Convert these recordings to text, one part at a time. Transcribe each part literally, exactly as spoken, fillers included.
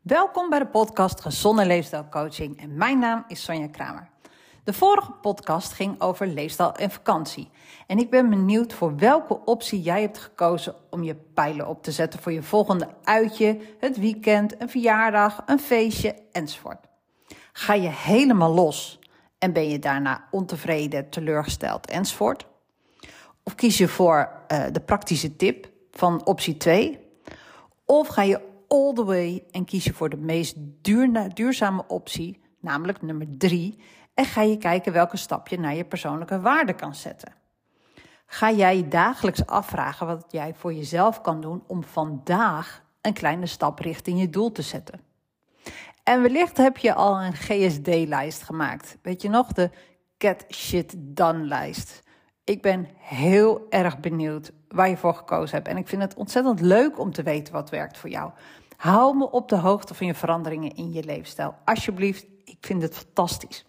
Welkom bij de podcast Gezonde Leefstijl Coaching en mijn naam is Sonja Kramer. De vorige podcast ging over leefstijl en vakantie. En ik ben benieuwd voor welke optie jij hebt gekozen om je pijlen op te zetten voor je volgende uitje, het weekend, een verjaardag, een feestje enzovoort. Ga je helemaal los en ben je daarna ontevreden, teleurgesteld enzovoort? Of kies je voor uh, de praktische tip van optie twee? Of ga je all the way en kies je voor de meest duur, duurzame optie, namelijk nummer drie, en ga je kijken welke stap je naar je persoonlijke waarde kan zetten. Ga jij je dagelijks afvragen wat jij voor jezelf kan doen om vandaag een kleine stap richting je doel te zetten. En wellicht heb je al een G S D-lijst gemaakt. Weet je nog, de Get Shit Done-lijst. Ik ben heel erg benieuwd waar je voor gekozen hebt. En ik vind het ontzettend leuk om te weten wat werkt voor jou. Hou me op de hoogte van je veranderingen in je leefstijl. Alsjeblieft, ik vind het fantastisch.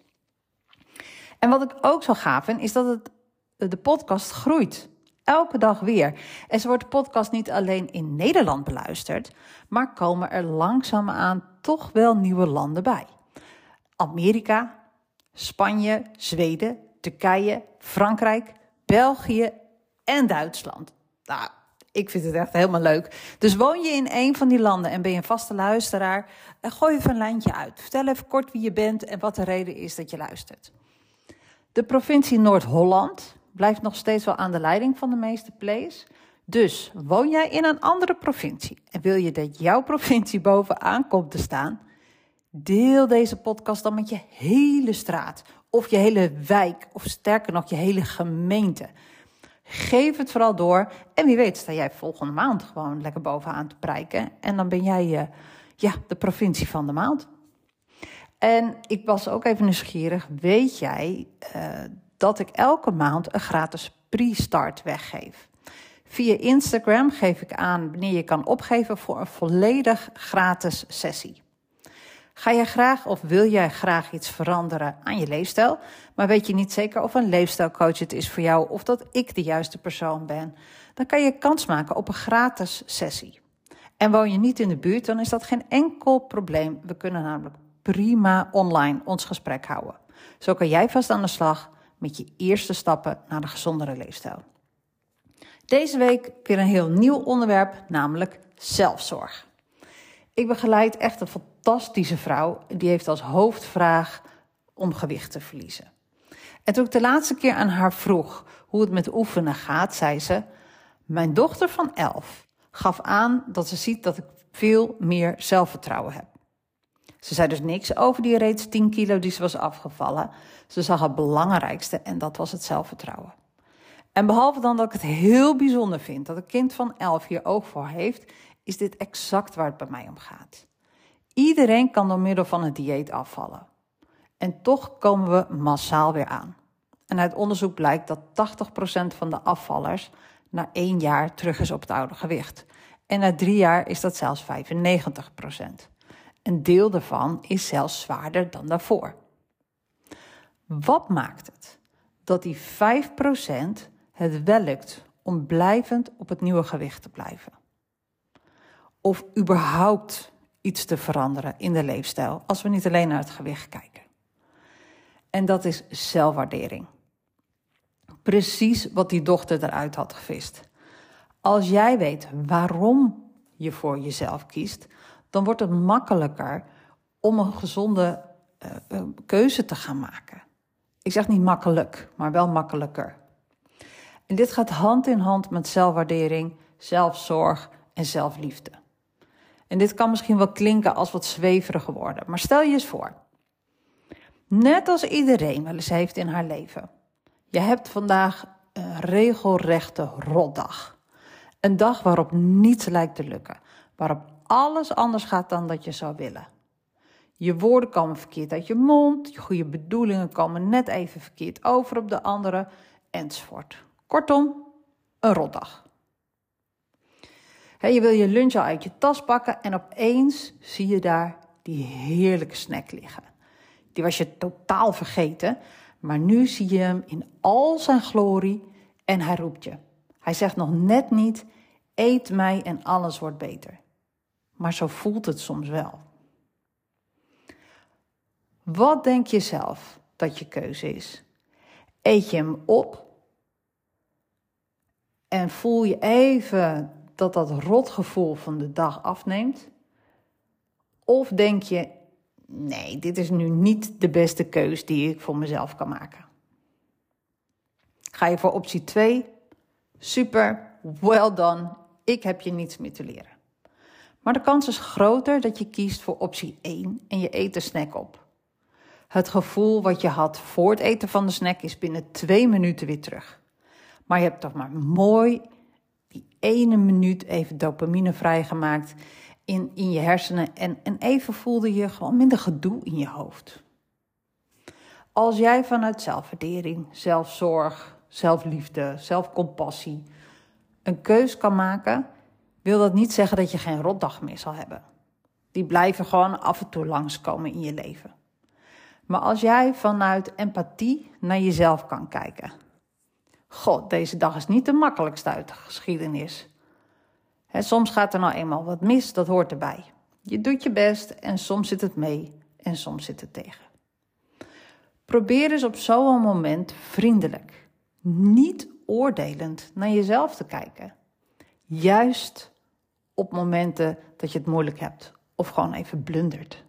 En wat ik ook zo gaaf vind, is dat het, de podcast groeit. Elke dag weer. En zo wordt de podcast niet alleen in Nederland beluisterd, maar komen er langzaamaan toch wel nieuwe landen bij. Amerika, Spanje, Zweden, Turkije, Frankrijk, België en Duitsland. Nou, ik vind het echt helemaal leuk. Dus woon je in een van die landen en ben je een vaste luisteraar, gooi even een lijntje uit. Vertel even kort wie je bent en wat de reden is dat je luistert. De provincie Noord-Holland blijft nog steeds wel aan de leiding van de meeste plays. Dus woon jij in een andere provincie en wil je dat jouw provincie bovenaan komt te staan? Deel deze podcast dan met je hele straat of je hele wijk of sterker nog je hele gemeente. Geef het vooral door en wie weet sta jij volgende maand gewoon lekker bovenaan te prijken. En dan ben jij uh, ja, de provincie van de maand. En ik was ook even nieuwsgierig, weet jij uh, dat ik elke maand een gratis pre-start weggeef? Via Instagram geef ik aan wanneer je kan opgeven voor een volledig gratis sessie. Ga je graag of wil jij graag iets veranderen aan je leefstijl, maar weet je niet zeker of een leefstijlcoach het is voor jou of dat ik de juiste persoon ben, dan kan je kans maken op een gratis sessie. En woon je niet in de buurt, dan is dat geen enkel probleem. We kunnen namelijk prima online ons gesprek houden. Zo kan jij vast aan de slag met je eerste stappen naar de gezondere leefstijl. Deze week weer een heel nieuw onderwerp, namelijk zelfzorg. Ik begeleid echt een fantastische vrouw, die heeft als hoofdvraag om gewicht te verliezen. En toen ik de laatste keer aan haar vroeg hoe het met oefenen gaat, zei ze: mijn dochter van elf gaf aan dat ze ziet dat ik veel meer zelfvertrouwen heb. Ze zei dus niks over die reeds tien kilo die ze was afgevallen. Ze zag het belangrijkste en dat was het zelfvertrouwen. En behalve dan dat ik het heel bijzonder vind dat een kind van elf hier oog voor heeft, is dit exact waar het bij mij om gaat. Iedereen kan door middel van een dieet afvallen. En toch komen we massaal weer aan. En uit onderzoek blijkt dat tachtig procent van de afvallers na één jaar terug is op het oude gewicht. En na drie jaar is dat zelfs vijfennegentig procent. Een deel daarvan is zelfs zwaarder dan daarvoor. Wat maakt het dat die vijf procent het wel lukt om blijvend op het nieuwe gewicht te blijven? Of überhaupt iets te veranderen in de leefstijl als we niet alleen naar het gewicht kijken. En dat is zelfwaardering. Precies wat die dochter eruit had gevist. Als jij weet waarom je voor jezelf kiest, dan wordt het makkelijker om een gezonde uh, keuze te gaan maken. Ik zeg niet makkelijk, maar wel makkelijker. En dit gaat hand in hand met zelfwaardering, zelfzorg en zelfliefde. En dit kan misschien wel klinken als wat zweverige woorden, maar stel je eens voor. Net als iedereen wel eens heeft in haar leven. Je hebt vandaag een regelrechte rotdag. Een dag waarop niets lijkt te lukken. Waarop alles anders gaat dan dat je zou willen. Je woorden komen verkeerd uit je mond. Je goede bedoelingen komen net even verkeerd over op de anderen. Enzovoort. Kortom, een rotdag. He, je wil je lunch al uit je tas pakken en opeens zie je daar die heerlijke snack liggen. Die was je totaal vergeten, maar nu zie je hem in al zijn glorie en hij roept je. Hij zegt nog net niet, eet mij en alles wordt beter. Maar zo voelt het soms wel. Wat denk je zelf dat je keuze is? Eet je hem op en voel je even dat dat rotgevoel van de dag afneemt? Of denk je, nee, dit is nu niet de beste keus die ik voor mezelf kan maken? Ga je voor optie twee? Super, well done, ik heb je niets meer te leren. Maar de kans is groter dat je kiest voor optie één en je eet de snack op. Het gevoel wat je had voor het eten van de snack is binnen twee minuten weer terug. Maar je hebt toch maar mooi die ene minuut even dopamine vrijgemaakt in, in je hersenen. En, en even voelde je gewoon minder gedoe in je hoofd. Als jij vanuit zelfwaardering, zelfzorg, zelfliefde, zelfcompassie een keus kan maken, wil dat niet zeggen dat je geen rotdag meer zal hebben. Die blijven gewoon af en toe langskomen in je leven. Maar als jij vanuit empathie naar jezelf kan kijken. God, deze dag is niet de makkelijkste uit de geschiedenis. He, soms gaat er nou eenmaal wat mis, dat hoort erbij. Je doet je best en soms zit het mee en soms zit het tegen. Probeer dus op zo'n moment vriendelijk, niet oordelend naar jezelf te kijken. Juist op momenten dat je het moeilijk hebt of gewoon even blundert.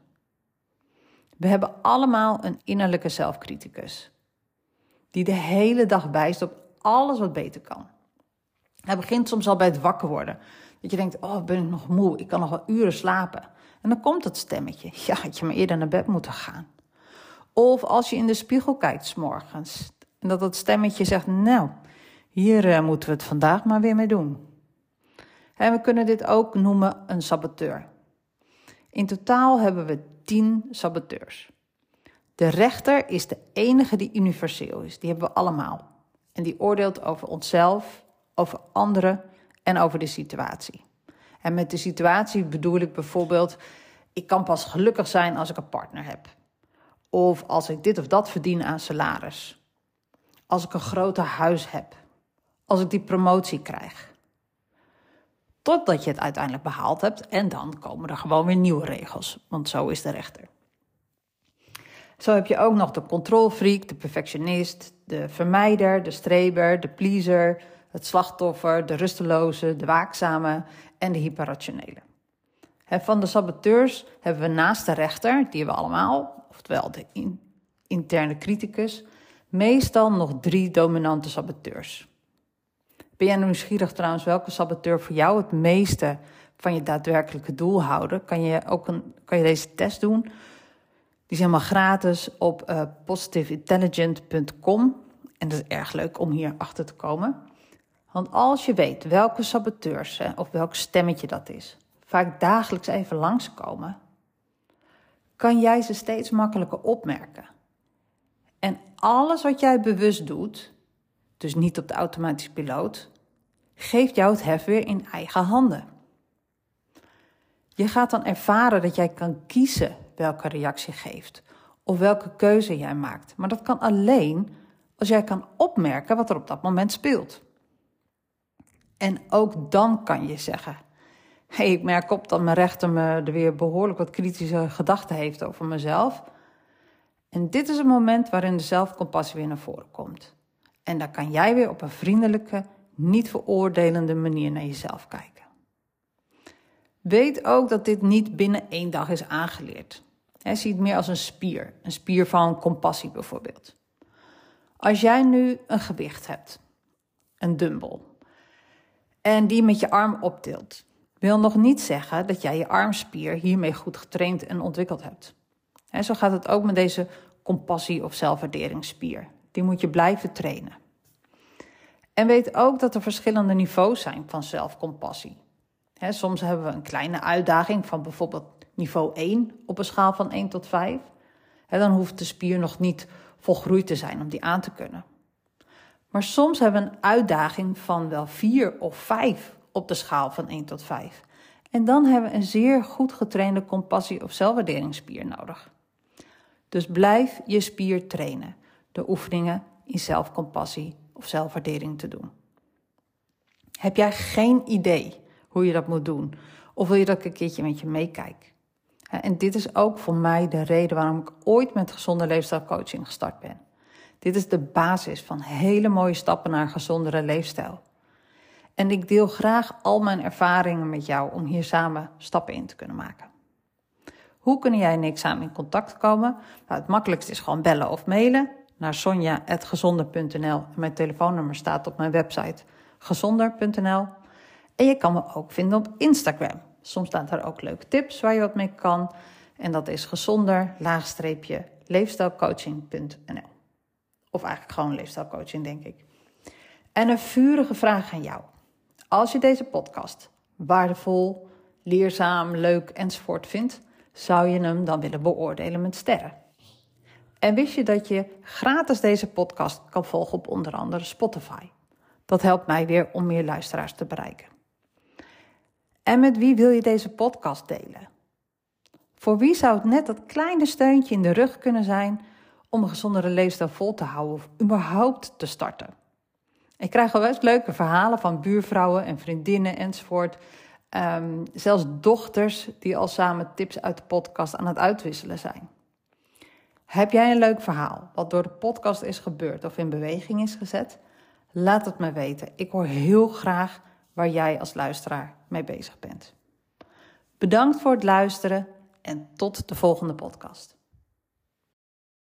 We hebben allemaal een innerlijke zelfcriticus. Die de hele dag wijst op alles wat beter kan. Hij begint soms al bij het wakker worden. Dat je denkt, oh ben ik nog moe, ik kan nog wel uren slapen. En dan komt dat stemmetje, ja had je maar eerder naar bed moeten gaan. Of als je in de spiegel kijkt 's morgens. En dat dat stemmetje zegt, nou, hier uh, moeten we het vandaag maar weer mee doen. En we kunnen dit ook noemen een saboteur. In totaal hebben we tien saboteurs. De rechter is de enige die universeel is. Die hebben we allemaal. En die oordeelt over onszelf, over anderen en over de situatie. En met de situatie bedoel ik bijvoorbeeld, ik kan pas gelukkig zijn als ik een partner heb. Of als ik dit of dat verdien aan salaris. Als ik een groter huis heb. Als ik die promotie krijg. Totdat je het uiteindelijk behaald hebt en dan komen er gewoon weer nieuwe regels. Want zo is de rechter. Zo heb je ook nog de controlfreak, de perfectionist, de vermijder, de streber, de pleaser, het slachtoffer, de rusteloze, de waakzame en de hyperrationele. Van de saboteurs hebben we naast de rechter, die hebben we allemaal, oftewel de in, interne criticus, meestal nog drie dominante saboteurs. Ben jij nieuwsgierig trouwens welke saboteur voor jou het meeste van je daadwerkelijke doel houden? Kan je ook een, kan je deze test doen? Die is helemaal gratis op uh, positive intelligent punt com. En dat is erg leuk om hier achter te komen. Want als je weet welke saboteurs hè, of welk stemmetje dat is, vaak dagelijks even langskomen, kan jij ze steeds makkelijker opmerken. En alles wat jij bewust doet, dus niet op de automatische piloot, geeft jou het hef weer in eigen handen. Je gaat dan ervaren dat jij kan kiezen welke reactie geeft of welke keuze jij maakt. Maar dat kan alleen als jij kan opmerken wat er op dat moment speelt. En ook dan kan je zeggen, hey, ik merk op dat mijn rechter me er weer behoorlijk wat kritische gedachten heeft over mezelf. En dit is een moment waarin de zelfcompassie weer naar voren komt. En dan kan jij weer op een vriendelijke, niet veroordelende manier naar jezelf kijken. Weet ook dat dit niet binnen één dag is aangeleerd. He, zie het meer als een spier. Een spier van compassie bijvoorbeeld. Als jij nu een gewicht hebt, een dumbbell, en die met je arm optilt, wil nog niet zeggen dat jij je armspier hiermee goed getraind en ontwikkeld hebt. He, zo gaat het ook met deze compassie- of zelfwaarderingsspier. Die moet je blijven trainen. En weet ook dat er verschillende niveaus zijn van zelfcompassie. He, soms hebben we een kleine uitdaging van bijvoorbeeld niveau één op een schaal van één tot vijf. He, dan hoeft de spier nog niet volgroeid te zijn om die aan te kunnen. Maar soms hebben we een uitdaging van wel vier of vijf op de schaal van één tot vijf. En dan hebben we een zeer goed getrainde compassie- of zelfwaarderingsspier nodig. Dus blijf je spier trainen door oefeningen in zelfcompassie of zelfwaardering te doen. Heb jij geen idee hoe je dat moet doen? Of wil je dat ik een keertje met je meekijk? En dit is ook voor mij de reden waarom ik ooit met gezonde leefstijlcoaching gestart ben. Dit is de basis van hele mooie stappen naar een gezondere leefstijl. En ik deel graag al mijn ervaringen met jou om hier samen stappen in te kunnen maken. Hoe kunnen jij en ik samen in contact komen? Nou, het makkelijkste is gewoon bellen of mailen naar sonja apenstaartje gezonder punt n l. En mijn telefoonnummer staat op mijn website gezonder punt n l. En je kan me ook vinden op Instagram. Soms staan er ook leuke tips waar je wat mee kan. En dat is gezonder laagstreepje leefstijlcoaching punt n l. Of eigenlijk gewoon leefstijlcoaching, denk ik. En een vurige vraag aan jou. Als je deze podcast waardevol, leerzaam, leuk enzovoort vindt, zou je hem dan willen beoordelen met sterren. En wist je dat je gratis deze podcast kan volgen op onder andere Spotify? Dat helpt mij weer om meer luisteraars te bereiken. En met wie wil je deze podcast delen? Voor wie zou het net dat kleine steuntje in de rug kunnen zijn om een gezondere leefstijl vol te houden of überhaupt te starten? Ik krijg al best leuke verhalen van buurvrouwen en vriendinnen enzovoort. Um, zelfs dochters die al samen tips uit de podcast aan het uitwisselen zijn. Heb jij een leuk verhaal wat door de podcast is gebeurd of in beweging is gezet? Laat het me weten. Ik hoor heel graag waar jij als luisteraar mee bezig bent. Bedankt voor het luisteren en tot de volgende podcast.